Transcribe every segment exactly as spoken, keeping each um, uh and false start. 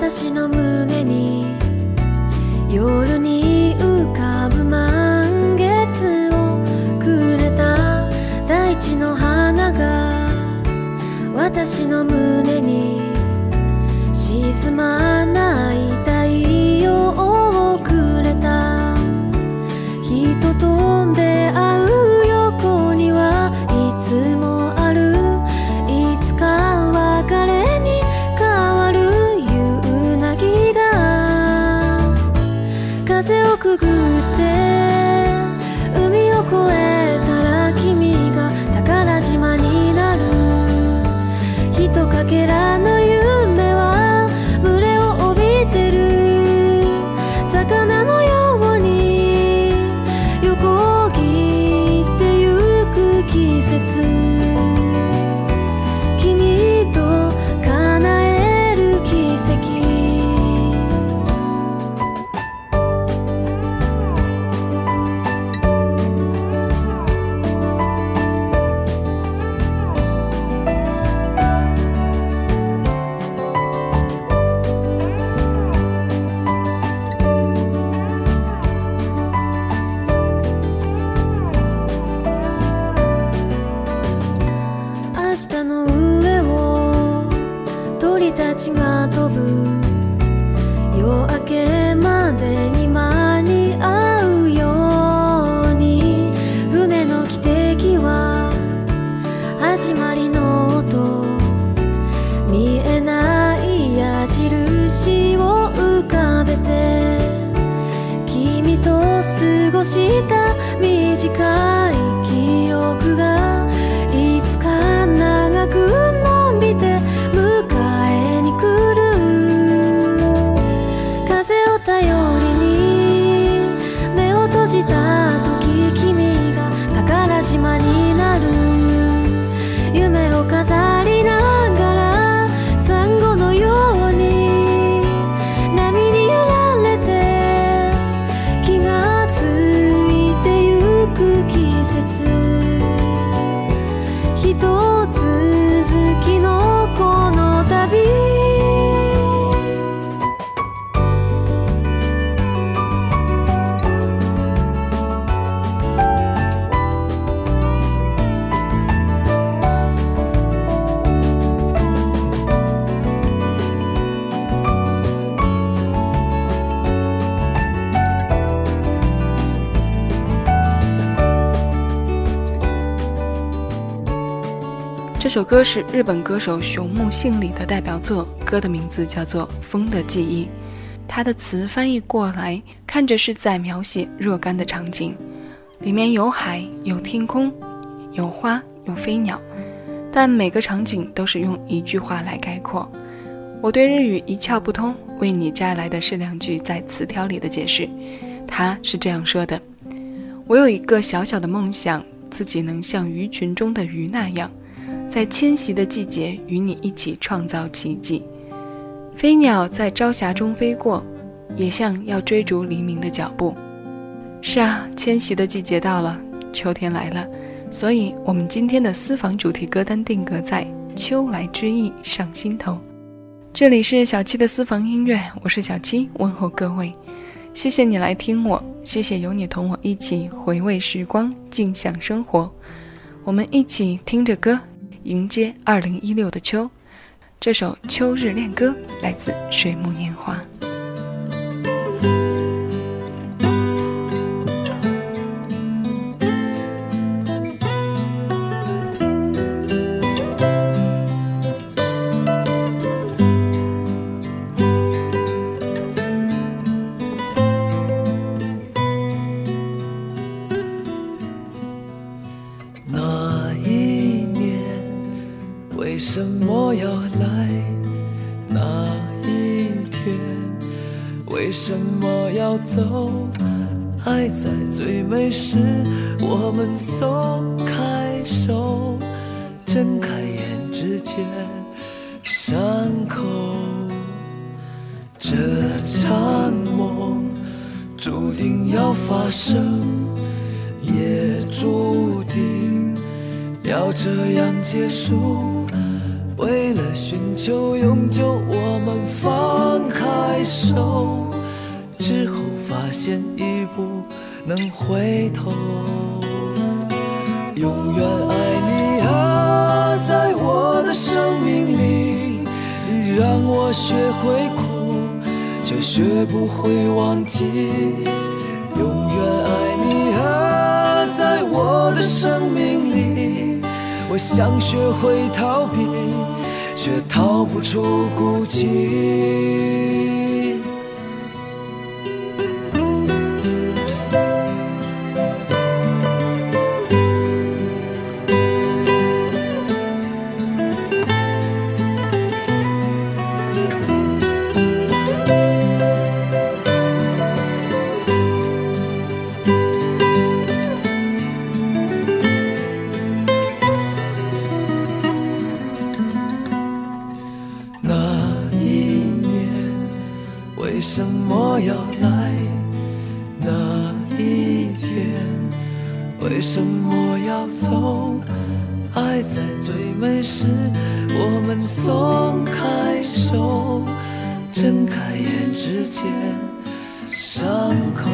私の胸に夜に浮かぶ満月をくれた大地の花が私の胸に沈まない太陽をくれた。人と出会う横にはいつもある、いつか別れに変わる夕凪が風をくぐって海を越えたら君が宝島になる。ひとかけらの夢は群れを帯びてる魚のように横切ってゆく季節、君と叶える奇跡。明日の上を鳥たちが飛ぶ、夜明けまでに間に合うように船の汽笛は始まりの音、見えない矢印を浮かべて君と過ごした短い記憶がいつか長く伸びて迎えに来る。風を頼りに目を閉じた時、君が宝島になる。夢を飾りながらサンゴのように波に揺られて気がついてゆく季節、ひとつ続きのこの旅。 这首歌是日本歌手熊木信里的代表作，歌的名字叫做《风的记忆》。它的词翻译过来，看着是在描写若干的场景，里面有海，有天空，有花，有飞鸟，但每个场景都是用一句话来概括。我对日语一窍不通，为你摘来的是两句在词条里的解释。他是这样说的：我有一个小小的梦想，自己能像鱼群中的鱼那样，在迁徙的季节与你一起创造奇迹。飞鸟在朝霞中飞过，也像要追逐黎明的脚步。是啊，迁徙的季节到了，秋天来了，所以我们今天的私房主题歌单定格在秋来之意上心头。这里是小七的私房音乐，我是小七，问候各位。谢谢你来听我，谢谢有你同我一起回味时光，尽享生活。我们一起听着歌，迎接二零一六的秋。这首秋日恋歌来自水木年华。 为什么要来那一天？为什么要走？爱在最美时，我们松开手，睁开眼之间，伤口。这场梦注定要发生，也注定要这样结束。 为了寻求永久，我们放开手，之后发现已不能回头。永远爱你啊，在我的生命里，你让我学会哭，却学不会忘记。永远爱你啊，在我的生命里，我想学会逃避，却逃不出孤寂。为什么要来那一天？为什么要走？爱在最美时，我们松开手，睁开眼之间，伤口。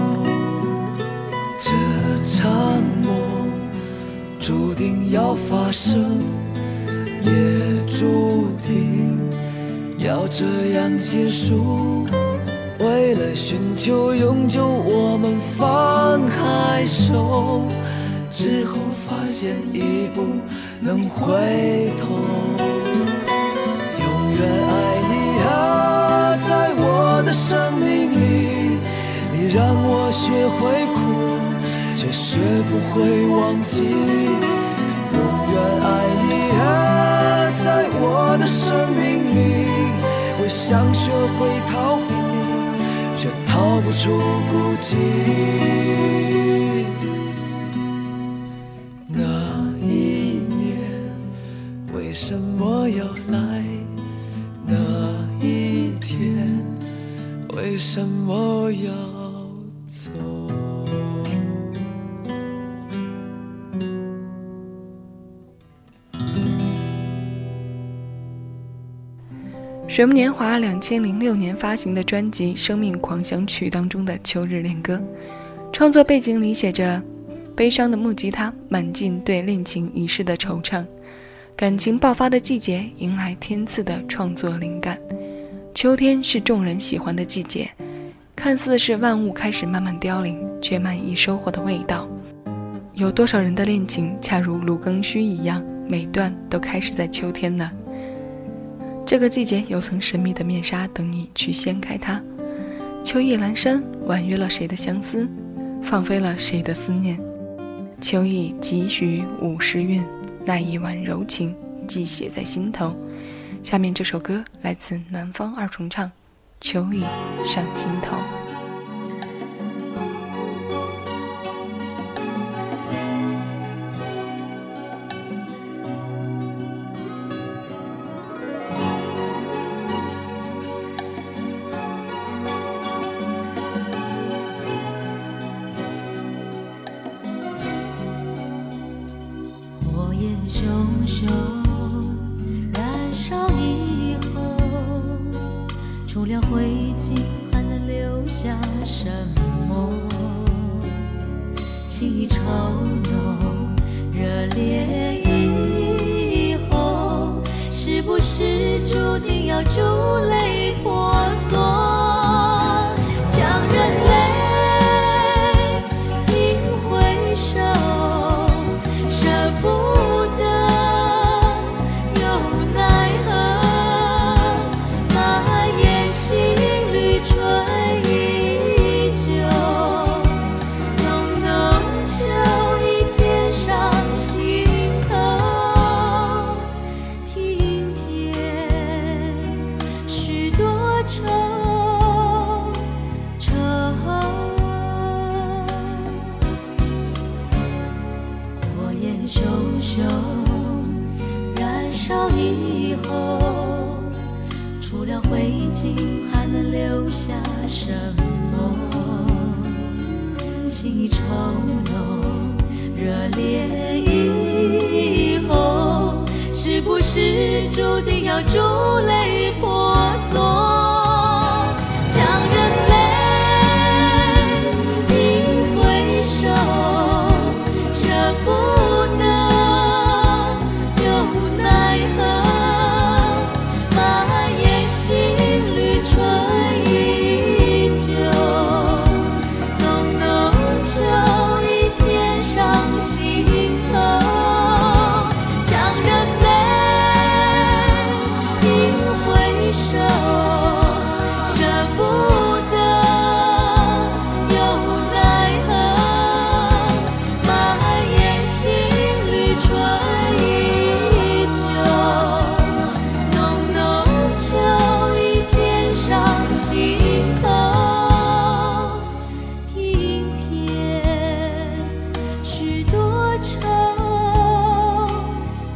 这场梦注定要发生，也注定要这样结束。为了寻求永久，我们放开手，之后发现已不能回头。永远爱你啊，在我的生命里，你让我学会哭，却学不会忘记。永远爱你啊，在我的生命里，我想学会逃避，却逃不出孤寂。那一年为什么要来？那一天为什么要走？ 水木年华两千零六年发行的专辑《生命狂想曲》当中的《秋日恋歌》，创作背景里写着悲伤的木吉他满尽对恋情仪式的惆怅，感情爆发的季节迎来天赐的创作灵感。秋天是众人喜欢的季节，看似是万物开始慢慢凋零，却满意收获的味道。有多少人的恋情恰如鲁庚戌一样，每段都开始在秋天呢？这个季节有层神秘的面纱等你去掀开它，秋意阑珊，婉约了谁的相思，放飞了谁的思念。秋意几许五十韵，那一晚柔情既写在心头。下面这首歌来自南方二重唱，秋意上心头。 熊熊燃烧以后，除了灰烬还能留下什么？情意稠浓热烈以后，是不是注定要珠泪婆娑？将人泪应回首，舍不熊熊燃烧以后，除了灰烬还能留下什么？情意稠浓热烈以后，是不是注定要珠泪婆娑？强忍泪一回首，舍不得又奈何，满眼心里春依旧，浓浓秋意偏上心头。强忍泪一回首，舍不得又奈何，满眼心里春依旧，浓浓秋意偏上心头。平添许多愁愁。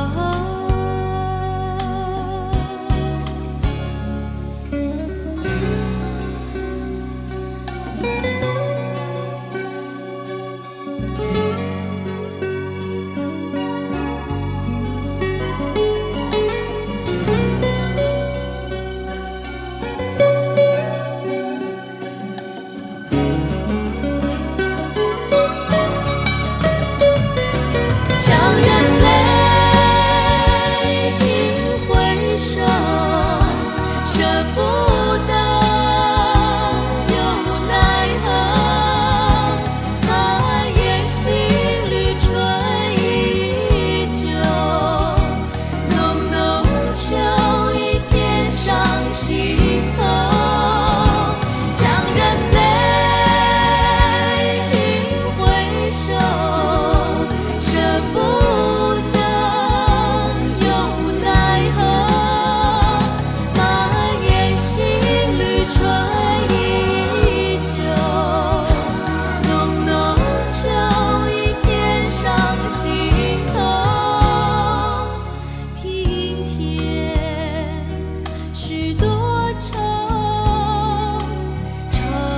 强忍泪一回首，舍不得又奈何，满眼心里春依旧，浓浓秋意偏上心头。强忍泪一回首，舍不得又奈何，满眼心里春依旧，浓浓秋意偏上心头。平添许多愁愁。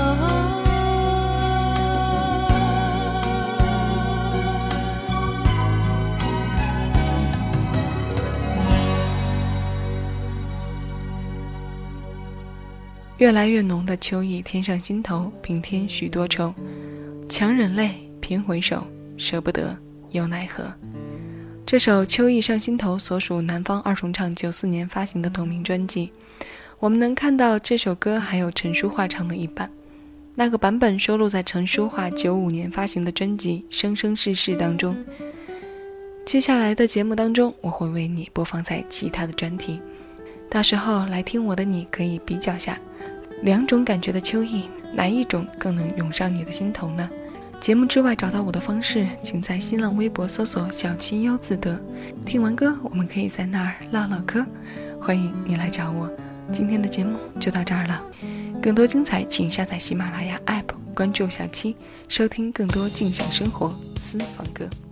越来越浓的秋意添上心头，平添许多愁。强忍泪，偏回首，舍不得又奈何。这首《秋意上心头》所属南方二重唱九四年发行的同名专辑。我们能看到这首歌还有陈淑桦唱的一版，那个版本收录在陈淑桦九五年发行的专辑《生生世世》当中。接下来的节目当中，我会为你播放在其他的专题，到时候来听我的你可以比较下两种感觉的秋意，哪一种更能涌上你的心头呢？节目之外找到我的方式，请在新浪微博搜索小七优自得。听完歌，我们可以在那儿唠唠嗑，欢迎你来找我。今天的节目就到这儿了，更多精彩请下载喜马拉雅 app， 关注小七，收听更多静享生活私房歌。